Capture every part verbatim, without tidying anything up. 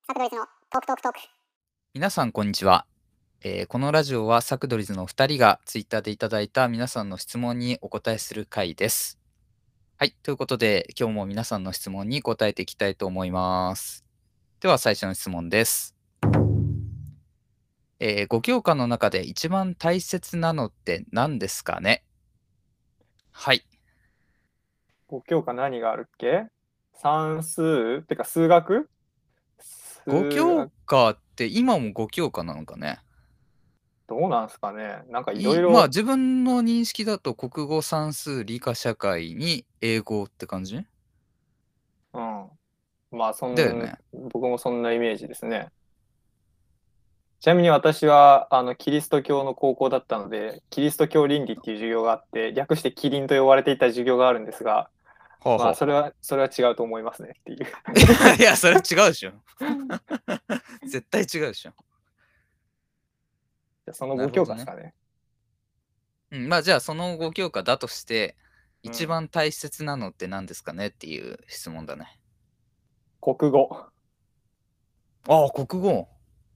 サクドリズのトークトークトーク。 皆さんこんにちは、えーこのラジオはサクドリズのふたりがツイッターでいただいた皆さんの質問にお答えする回です。はい、ということで今日も皆さんの質問に答えていきたいと思います。では最初の質問です。えーご教科の中で一番大切なのって何ですかね？はい、 ご教科何があるっけ？算数てか数学ご教数学科って今もご教科なのかね？ どうなんすかね。なんかいろいまあいろ、 自分の認識だと国語、算数、理科、社会に英語って感じうん。まあそん、 だよね。 僕もそんなイメージですね。ちなみに私はあのキリスト教の高校だったので、キリスト教倫理っていう授業があって、略してキリンと呼ばれていた授業があるんですが、 ほうほうほう。 まあそれは、それは違うと思いますねっていう。 いや、それは違うでしょ。絶対違うでしょ。 じゃあそのごなるほどね。 教科ですかね。 うん、まあじゃあそのご教科だとして、一うん。 番大切なのって何ですかねっていう質問だね。 国語。 ああ、国語。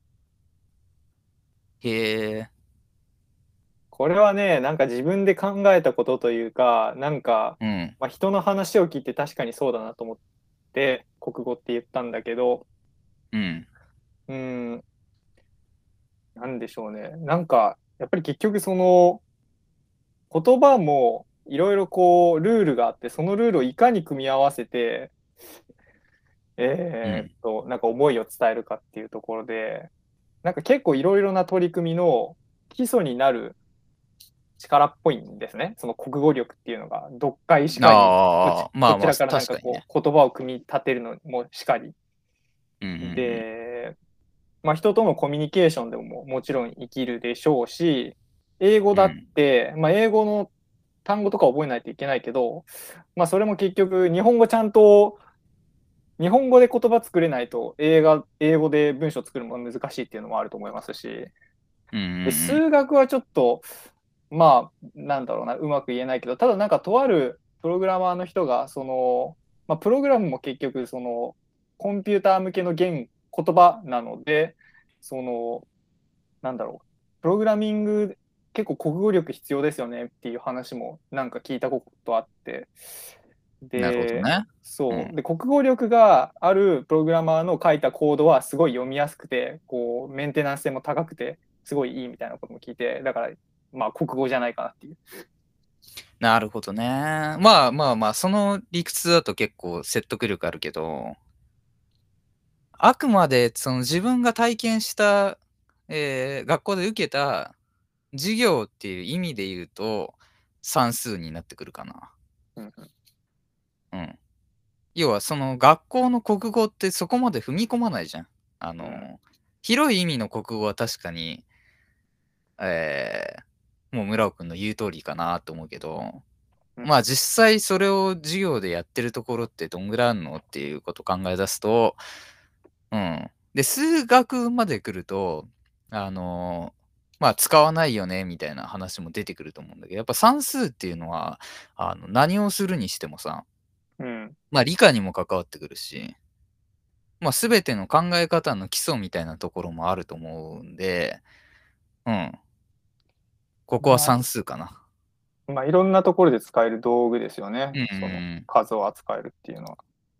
へえ。 これはね、なんか自分で考えたことというか、なんか、 うん。 まあ、人の話を聞いて確かにそうだなと思って国語って言ったんだけど、 うん。 うーん、なんでしょうね。なんか、やっぱり結局その言葉もいろいろこうルールがあって、そのルールをいかに組み合わせて、 うん。 えーっと、なんか思いを伝えるかっていうところで、なんか結構いろいろな取り組みの基礎になる力っぽいんですね。その国語力っていうのが、読解しかり、こちああ、まあまあ、 こちらからなんか確かにね。 こう言葉を組み立てるのもしかり。 うんうんうん。 で、まあ、人とのコミュニケーションでももちろん生きるでしょうし、英語だっうん。 て、まあ、英語の単語とか覚えないといけないけど、まあ、それも結局日本語ちゃんと日本語で言葉作れないと英語英語で文章作るのも難しいっていうのもあると思いますし、 うんうんうでん。 数学はちょっとまあなんだろうな、うまく言えないけど、ただなんかとあるプログラマーの人がその、まあ、プログラムも結局そのコンピューター向けの言言葉なので、そのなんだろう、プログラミング結構国語力必要ですよねっていう話もなんか聞いたことあって、 なるほどで、 ね。うん。 そう。で、国語力があるプログラマーの書いたコードはすごい読みやすくて、こう、メンテナンス性も高くて、すごいいいみたいなことも聞いて、だから、まあ、国語じゃないかなっていう。 なるほどね。まあまあまあ、その理屈だと結構説得力あるけど、あくまでその自分が体験した、えー学校で受けた授業っていう意味で言うと、算数になってくるかな。 うん、 うん。要はその学校の国語ってそこまで踏み込まないじゃん。あうん、 の、広い意味の国語は確かに、えーもう村尾くんの言う通りかなと思うけど、 うん、 まあ実際それを授業でやってるところってどんぐらいあるのっていうことを考え出すと、うん。で、数学まで来ると、あの、まあ使わないよねみたいな話も出てくると思うんだけど、やっぱ算数っていうのは、あの、何をするにしてもさ、 うん。 まあ理科にも関わってくるし、まあ全ての考え方の基礎みたいなところもあると思うんで、うん。ここはま算数かな。 あ、まあ、いろんなところで使える道具ですよね。 うんうんうそのん。 数を扱えるっていうのは。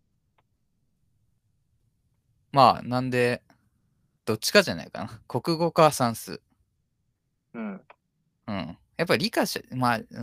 まあなんで、どっちかじゃないかな。国語か算数。 うん。 うん。やっぱり理科し、まあ、うん。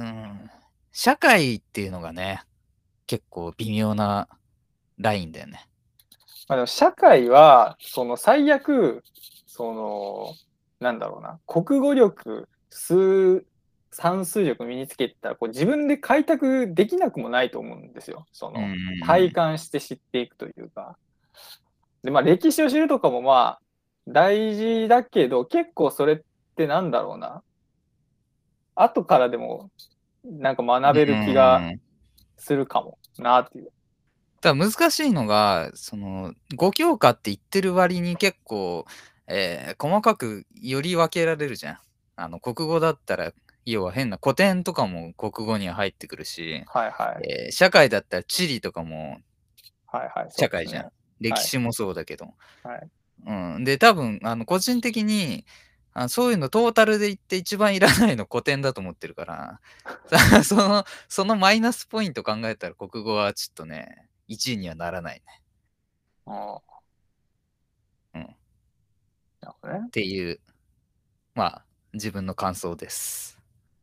社会っていうのがね、結構微妙なラインだよね。 まあ、でも社会は、その最悪、その、なんだろうな、国語力、数、算数力身につけてたら、こう自分で開拓できなくもないと思うんですよ。そうんうの、体ん感して知っていくというか。で、まあ歴史を知るとかもまあ、大事だけど、結構それってなんだろうな。後からでも、なんかうん。 学べる気がうん。 するかもなっていう。 ただ難しいのが、その、ご教科って言ってる割に結構、えー細かくより分けられるじゃん。あの、国語だったら、要は変な古典とかも国語には入ってくるし、 はいはい。 えー社会だったら地理とかもはいはい、そう社会じゃん。 ですね。 はい。 歴史もそうだけど。 はい。 うん。で、多分、あの、個人的に、あ、そういうのトータルで言って一番いらないの古典だと思ってるから、さそのそのマイナスポイント考えたら国語はちょっとね、いちいにはならないね。 ああ、 うん。っなるほどね。 ていう、まあ、自分の感想です。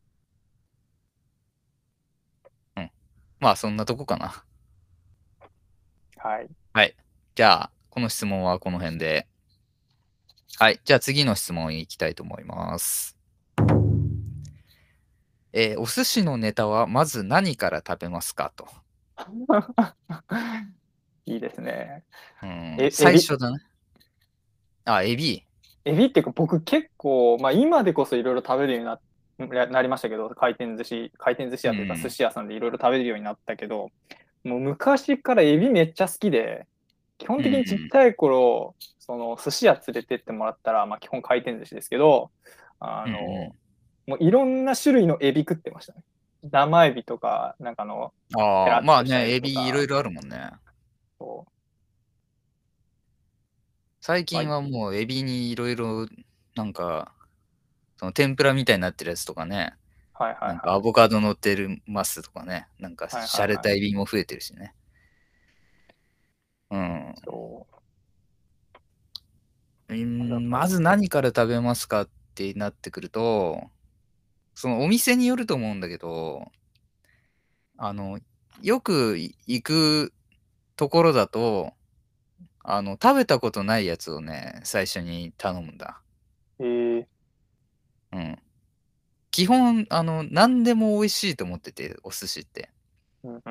うん。まあ、そんなとこかな。 はい。 はい。じゃあ、この質問はこの辺で。はい。じゃあ次の質問いきたいと思います。えーお寿司のネタはまず何から食べますかと。 いいですね。 うん、 え、エビ。 最初だね。あ、エビ。 エビっていうか僕結構、まあ今でこそいろいろ食べるようにななりましたけど、回転寿司、回転寿司屋というか寿うん。 司屋さんでいろいろ食べるようになったけど、もう昔からエビめっちゃ好きで、基本的にちっうん。 ちゃい頃、その寿司屋連れてってもらったら、まあ基本回転寿司ですけど、あうん。 の、 うもういろんな種類のエビ食ってましたね。生エビとか、なんかあの、 ん。ああ、 ペラッまあね、 としたエビエとか、 ビいろいろあるもんね。 そう。 最まあ、 近はもうエビにいろいろ、なんか、その天ぷらみたいになってるやつとかね。 はいはいなんかアはい。 ボカド乗ってるますとかね。なんかはい洒落はいはい。 たエビも増えてるしね。うん。 そうーう。だん、 から、 まず何から食べますかってなってくると、そのお店によると思うんだけど、あの、よくい行くところだと、あの、食べたことないやつをね、最初に頼むんだ。 えー、 うん。基本、あの、何でも美味しいと思ってて、お寿司って。 うんうん。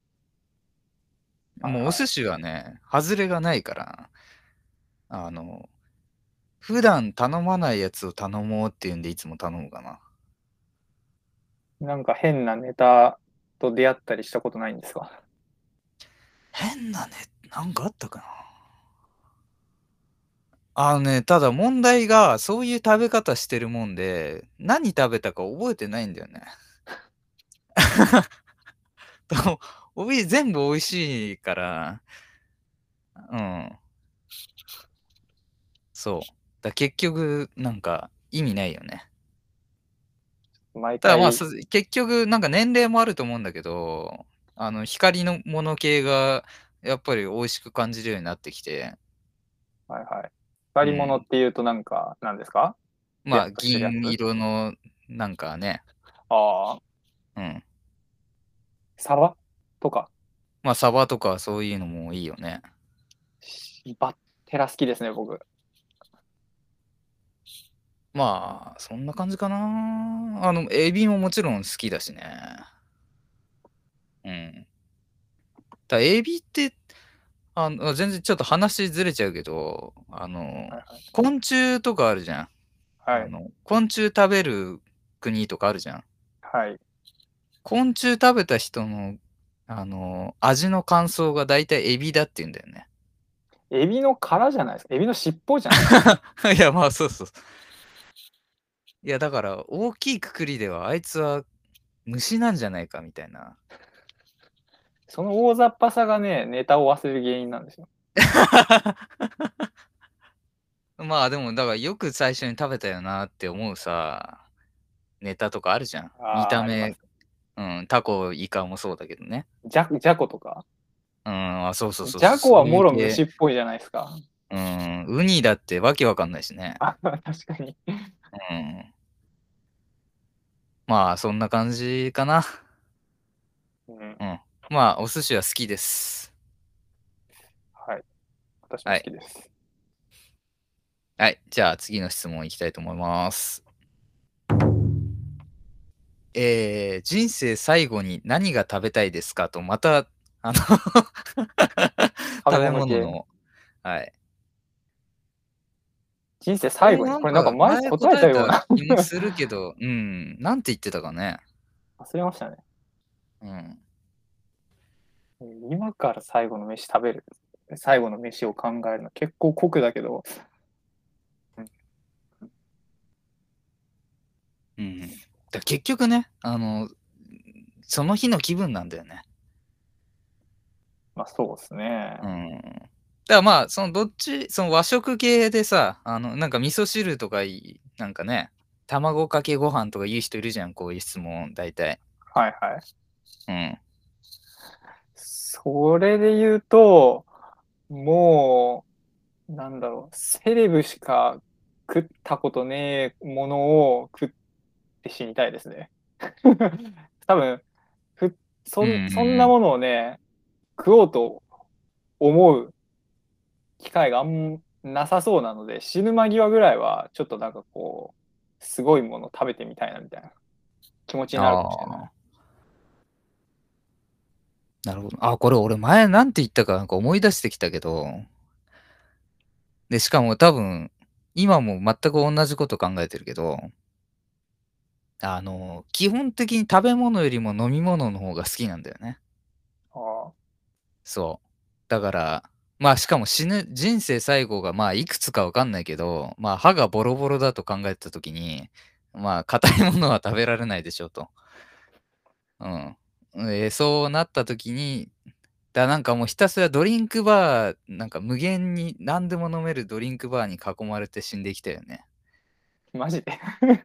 はいはい。 もうお寿司はね、外れがないから、あの、普段頼まないやつを頼もうっていうんでいつも頼むかな。 なんか変なネタと出会ったりしたことないんですか？ 変なね、なんかあったかな。あのね、ただ問題が、そういう食べ方してるもんで、何食べたか覚えてないんだよね。と、おい全部美味しいから、うん、そう。だ結局、なんか意味ないよね。ただ、まあ、 毎回、 す結局なんか年齢もあると思うんだけど、あの、光のもの系がやっぱり美味しく感じるようになってきて、 はいはい。光り物っうん。 ていうとなんか、何ですか？ツヤまあ、 っとしてるや銀つ。 色のなんかね、 ああ、 うん。 サバとか。 まあ、サバとかそういうのもいいよね。 バッテラ好きですね、僕。 まあ、そんな感じかな。あの、エビももちろん好きだしね。うん。だエビって、あの、全然ちょっと話ずれちゃうけど、あの、 はいはい。 昆虫とかあるじゃん。 はい。 あの、昆虫食べる国とかあるじゃん。 はい。 昆虫食べた人の、あの、味の感想がだいたいエビだって言うんだよね。 エビの殻じゃないですか。エビの尻尾じゃないですか。 いや、まあ、そうそう。いや、だから、大きい括りでは、あいつは虫なんじゃないかみたいな。 その大雑把さがね、ネタを忘れる原因なんですよ。 まあ、でも、だからよく最初に食べたよなって思うさ、ネタとかあるじゃん。見ああ、ありまた目、 す。 うん、タコ、イカもそうだけどね。 ジャジャコとか。 うん、あ、そうそうそうジャコそう、そういはもろ虫う系。 っぽいじゃないですか。 うん、ウニだってわけわかんないしね。 あ、確かに。 うん。まあ、そんな感じかな。 うん。 うん。まあ、お寿司は好きです。 はい。私もはい。 好きです。 はい。じゃあ、次の質問いきたいと思います。えー、人生最後に何が食べたいですかと、また、あの食べ食べ物系。 物の、はい。 人生これ最後に。これなんかもなんか前答え前答えたたような。 気もするけど、うん、なんて言ってたかね。 忘れましたね。 うん。 今から最後の飯食べる。最後の飯を考えるの結構酷だけど、うん、 うん。だ結局ね、あの、その日の気分なんだよね。 まあそうですね。 うん。 だからまあ、そのどっち、その和食系でさ、あの、なんか味噌汁とかいい、なんかね、卵かけご飯とか言う人いるじゃん、こういう質問、大体。 はいはい。 うん。 それで言うと、もう、なんだろう、セレブしか食ったことねえものを食って死にたいですね。多分、ふ、そうんうん、そんんうん。 なものをね、食おうと思う機会があんなさそうなので、死ぬ間際ぐらいは、ちょっとなんかこう、すごいもの食べてみたいなみたいな気持ちになるかもしれない。 ああ、なるほど。あ、これ俺前なんて言ったかなんか思い出してきたけど、で、しかも多分、今も全く同じこと考えてるけど、あの、基本的に食べ物よりも飲み物の方が好きなんだよね。 あそう。だから、まあしかも死ぬ、人生最後がまあいくつかわかんないけど、まあ歯がボロボロだと考えたときに、まあ硬いものは食べられないでしょうと。うん。えーそうなったときに、だなんかもうひたすらドリンクバー、なんか無限に何でも飲めるドリンクバーに囲まれて死んでいきたよね。 あ、マジで。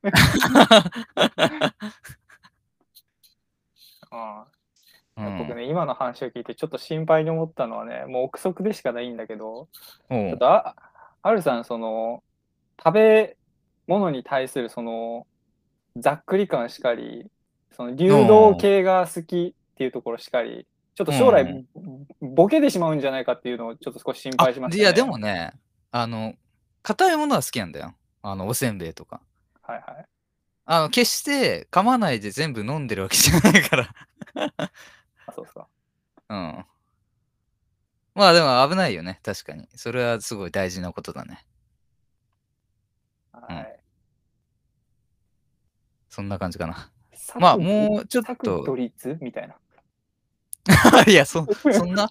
ああ、いや僕うん。 ね、今の話を聞いてちょっと心配に思ったのはね、もう憶測でしかないんだけど、ちょっおう。 とあ、あるさん、その、食べ物に対するその、ざっくり感しかり、そのお流動う。 系が好きっていうところしかり、ちょっとう将来ん。 ボケてしまうんじゃないかっていうのをちょっと少し心あ、 配しましいやでたね。 もね、あの、硬いものは好きなんだよ。あの、おせんべいとか。 はいはい。 あの、決して噛まないで全部飲んでるわけじゃないから。 あ、そうですか。 うん。まあでも危ないよね、確かに。それはすごい大事なことだね。 はうん。 い。 そんな感じかな。まあ、 作ど、 もうちょっ作と土立みたいな。 いや、そそんな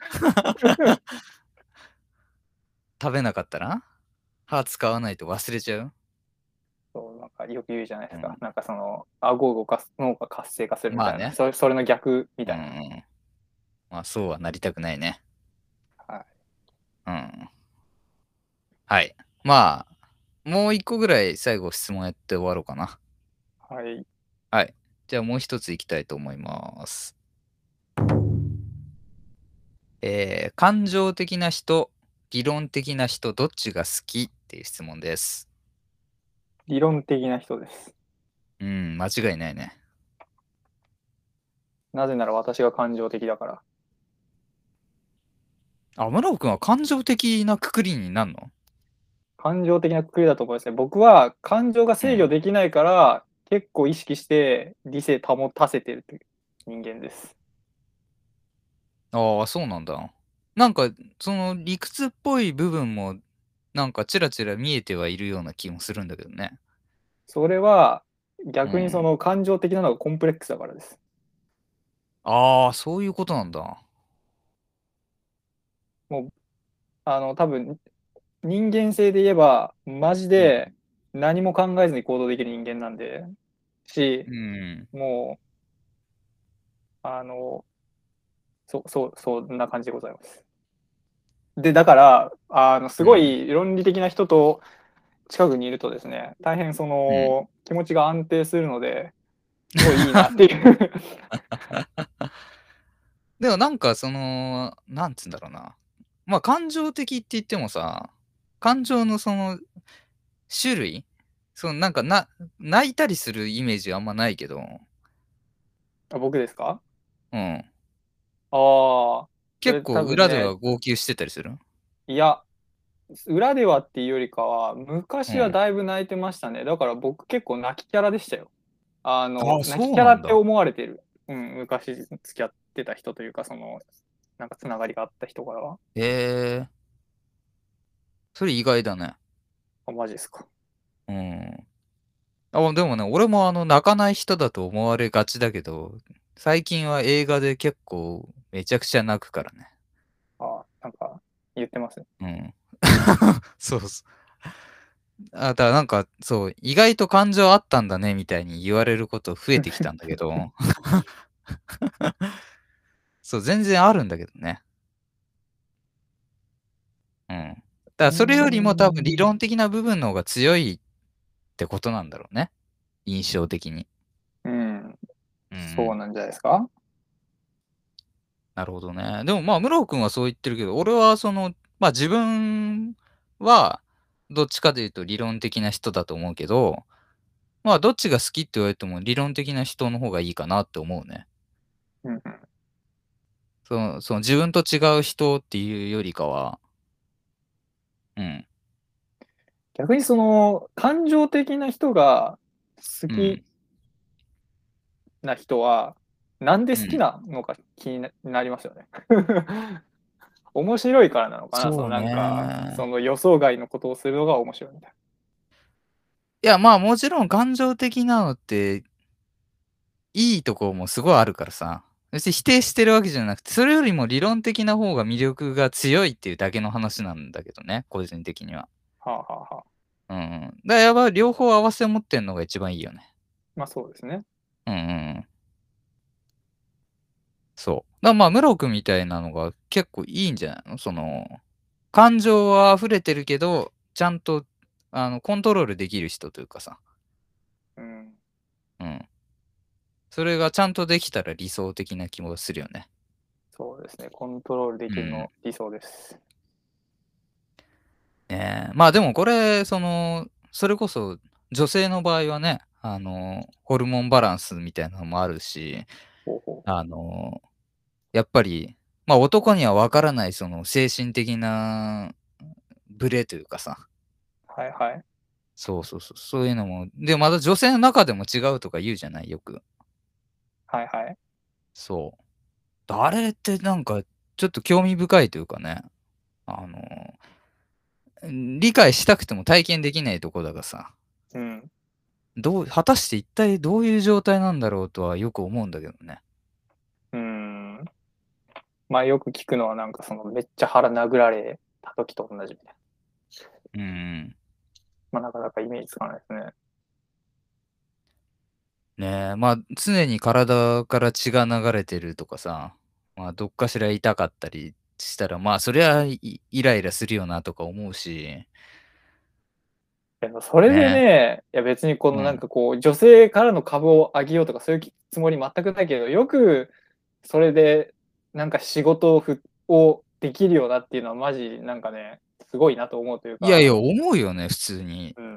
食べなかったら歯使わないと忘れちゃう？ そう、なんかよく言うじゃないですか。 うん。 なんかその、顎を動かす脳が活性化するみたいな。 まあね。 それ、それの逆みうんうたいな。 ん。まあ、そうはなりたくないね。 はい。 うん。はい。まあ、もう一個ぐらい最後質問やって終わろうかな。 はい。 はい。じゃあもう一ついきたいと思います。えー、感情的な人、議論的な人、どっちが好きっていう質問です。 理論的な人です。 うん、間違いないね。 なぜなら私が感情的だから。 あ、村尾くんは感情的なくくりになるの？ 感情的なくくりだと思いますね。僕は感情が制御うん。 できないから、結構意識して理性保たせてるという人間です。 ああ、そうなんだ。なんか、その理屈っぽい部分も、なんかちらちら見えてはいるような気もするんだけどね。 それは逆にそうん。 の感情的なのがコンプレックスだからです。 ああ、そういうことなんだ。 もう、あの、多分人間性で言えば、マジうん。 で何も考えずに行動できる人間なんで、し、 うん。 もう、あの、そう、そう、そんな感じでございます。で、だから、あの、すごうん。 い論理的な人と近くにいるとですね、大変そうん。 の、気持ちが安定するので、すごいいいなっていうでもなんかその、なんつうんだろうな。まあ感情的って言ってもさ、感情のその種類そのなんかな泣いたりするイメージあんまないけど、 あ、僕ですか？ うん。 ああ、それ多結構分ね、 裏では号泣してたりする？ いや、裏ではっていうよりかは、昔はうん。 だいぶ泣いてましたね。だから僕結構泣きキャラでしたよ。あの、 ああ、 泣きそうなんだ。 キャラって思われてる。うん、昔付き合ってた人というか、その、なんかつながりがあった人からは。 へえ、それ意外だね。 あ、マジですか。 うん。あ、でもね、俺もあの泣かない人だと思われがちだけど、最近は映画で結構めちゃくちゃ泣くからね。 あ、なんか言ってますね。 うん。そうそう。あ、だからなんか、そう、意外と感情あったんだねみたいに言われること増えてきたんだけど、そう、全然あるんだけどね。 うん。だかうーらそれよりも多分理ん。 論的な部分の方が強いってことなんだろうね、印象的に。 うん。 うんうん。 そうなんじゃないですか？ なるほどね。でも、まあ、ムロ君はそう言ってるけど、俺はその、まあ、自分はどっちかというと理論的な人だと思うけど、まあ、どっちが好きって言われても理論的な人の方がいいかなって思うね。 うんうん。 そのその自分と違う人っていうよりかは、うん、 逆にその、感情的な人が好きうん、 な人は、なんで好きうん。 なのか気にななりますよね。面白いからなのかな、そのそうなんか、そね。 の予想外のことをするのが面白いみたいいや、まあ、もちろん感情的なのっていいとこもすごいあるからさ。別に否定してるわけじゃなくて、それよりも理論的な方が魅力が強いっていうだけの話なんだけどね、個人的には。 な。はあはあはあ。 うんうん。だからやっぱ両方合わせ持ってんのが一番いいよね。 ま、そうですね。 うんうんうん。そう。だからまあ、ムロ君みたいなのが結構いいんじゃないの？その、感情は溢れてるけど、ちゃんとあの、コントロールできる人というかさ。 うん。 うん。それがちゃんとできたら理想的な気もするよね。 そうですね、コントロールできるうん。 の理想です。 ねえ、まあ、でもこれ、その、それこそ女性の場合はね、あの、ホルモンバランスみたいなのもあるし、 ほうほう。 あの、やっぱり、ま、男には分からないその精神的なブレというかさ、 はいはい。 そうそうそう、そういうのも、で、また女性の中でも違うとか言うじゃない、よく。 はいはい。 そう。あれってなんかちょっと興味深いというかね、あの、うん、理解したくても体験できないとこだがさ、 うん。 どう果たして一体どういう状態なんだろうとはよく思うんだけどね。 うーん。ま、よく聞くのはなんかそのめっちゃ腹殴られた時と同じみたいな。 うんうん。 ま、なかなかイメージつかないですね。 ねえ、まあ、常に体から血が流れてるとかさ、まあ、どっかしら痛かったりしたら、まあ、そりゃ、いイライラするよなとか思うし、 でもそれでね。 ね、いや別にこのなんうん。 かこう、女性からの株を上げようとかそういうきつもり全くないけど、よくそれでなんか仕事をふをできるよなっていうのはマジなんかね、すごいなと思うというか、 いやいや、思うよね、普通に。 うん、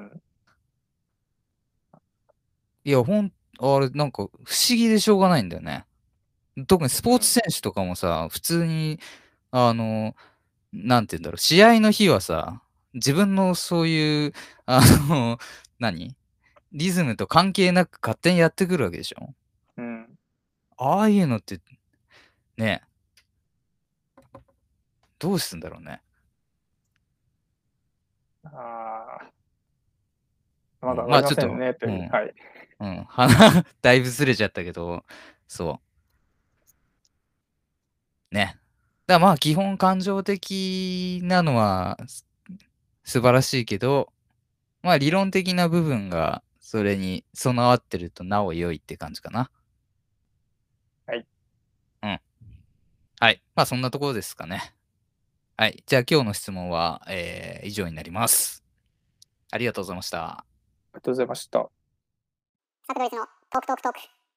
いや、ほんあれ、なんか不思議でしょうがないんだよね。特にスポーツうん、 選手とかもさ、普通に、あの、なんて言うんだろう、試合の日はさ、自分のそういう、あの、何、リズムと関係なく勝手にやってくるわけでしょ。 うん。 ああいうのって、ね、どうすんだろうね。 ああ、まだうん、 分かりまあ、ちょっと、 ませんねという、 うん、 はい。 うん、はだいぶずれちゃったけど、そう、ね。だ、まあ、基本感情的なのは、す素晴らしいけど、まあ、理論的な部分がそれに備わってるとなお良いって感じかな。 はい。 うん。はい。まあ、そんなところですかね。はい。じゃあ、今日の質問は、えー以上になります。ありがとうございました。 ありがとうございました。 佐藤ドイツのトークトークトーク。